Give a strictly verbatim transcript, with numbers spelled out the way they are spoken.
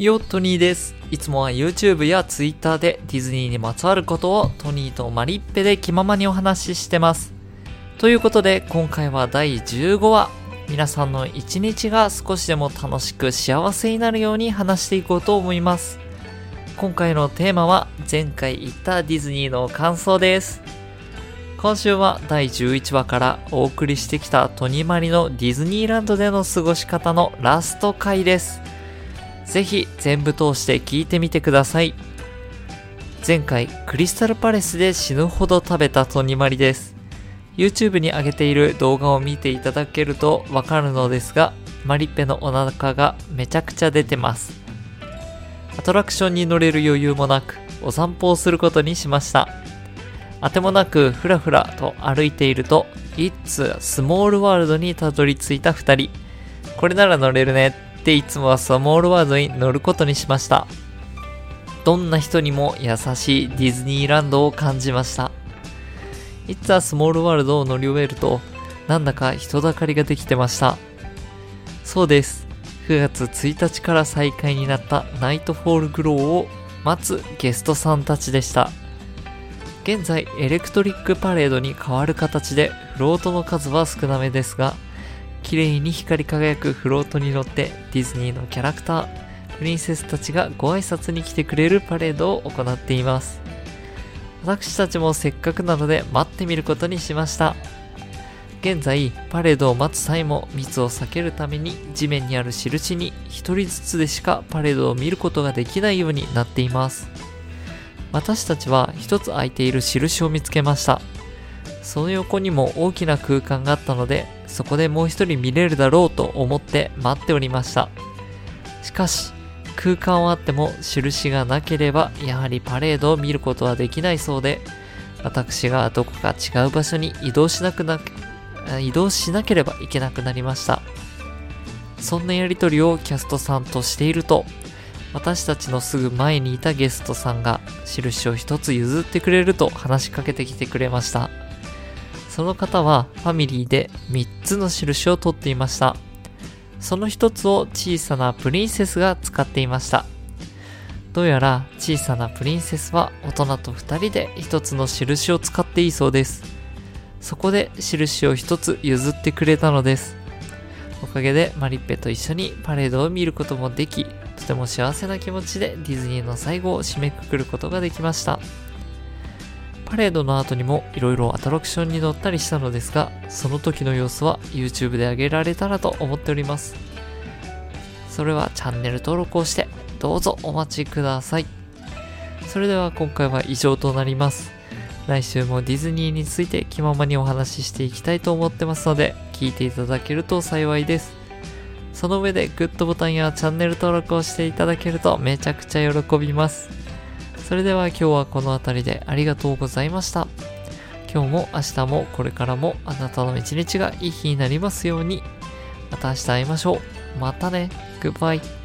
よ、トニーです。いつもは YouTube や Twitter でディズニーにまつわることをトニーとマリッペで気ままにお話ししてます。ということで今回はだいじゅうごわ、皆さんの一日が少しでも楽しく幸せになるように話していこうと思います。今回のテーマは前回行ったディズニーの感想です。今週はだいじゅういちわからお送りしてきたトニマリのディズニーランドでの過ごし方のラスト回です。ぜひ全部通して聞いてみてください。前回クリスタルパレスで死ぬほど食べたトニマリです。 YouTube に上げている動画を見ていただけるとわかるのですが、マリッペのお腹がめちゃくちゃ出てます。アトラクションに乗れる余裕もなくお散歩をすることにしました。あてもなくふらふらと歩いていると It's a Small World にたどり着いたふたり。これなら乗れるねっていつもはスモールワールドに乗ることにしました。どんな人にも優しいディズニーランドを感じました。It's a Small World を乗り終えるとなんだか人だかりができてました。そうです、くがつついたちから再開になったナイトフォールグローを待つゲストさんたちでした。現在エレクトリックパレードに変わる形でフロートの数は少なめですが、綺麗に光り輝くフロートに乗ってディズニーのキャラクター、プリンセスたちがご挨拶に来てくれるパレードを行っています。私たちもせっかくなので待ってみることにしました。現在パレードを待つ際も密を避けるために地面にある印にひとりずつでしかパレードを見ることができないようになっています。私たちは一つ空いている印を見つけました。その横にも大きな空間があったので、そこでもう一人見れるだろうと思って待っておりました。しかし空間はあっても印がなければやはりパレードを見ることはできないそうで、私がどこか違う場所に移動しなくな移動しなければいけなくなりました。そんなやりとりをキャストさんとしていると、私たちのすぐ前にいたゲストさんが印を一つ譲ってくれると話しかけてきてくれました。その方はファミリーでみっつの印を取っていました。その一つを小さなプリンセスが使っていました。どうやら小さなプリンセスは大人とふたりで一つの印を使っていいそうです。そこで印を一つ譲ってくれたのです。おかげでマリッペと一緒にパレードを見ることもでき、とても幸せな気持ちでディズニーの最後を締めくくることができました。パレードの後にもいろいろアトラクションに乗ったりしたのですが、その時の様子は YouTube で上げられたらと思っております。それはチャンネル登録をしてどうぞお待ちください。それでは今回は以上となります。来週もディズニーについて気ままにお話ししていきたいと思ってますので、聞いていただけると幸いです。その上でグッドボタンやチャンネル登録をしていただけるとめちゃくちゃ喜びます。それでは今日はこの辺りでありがとうございました。今日も明日もこれからもあなたの一日がいい日になりますように。また明日会いましょう。またね。グッバイ。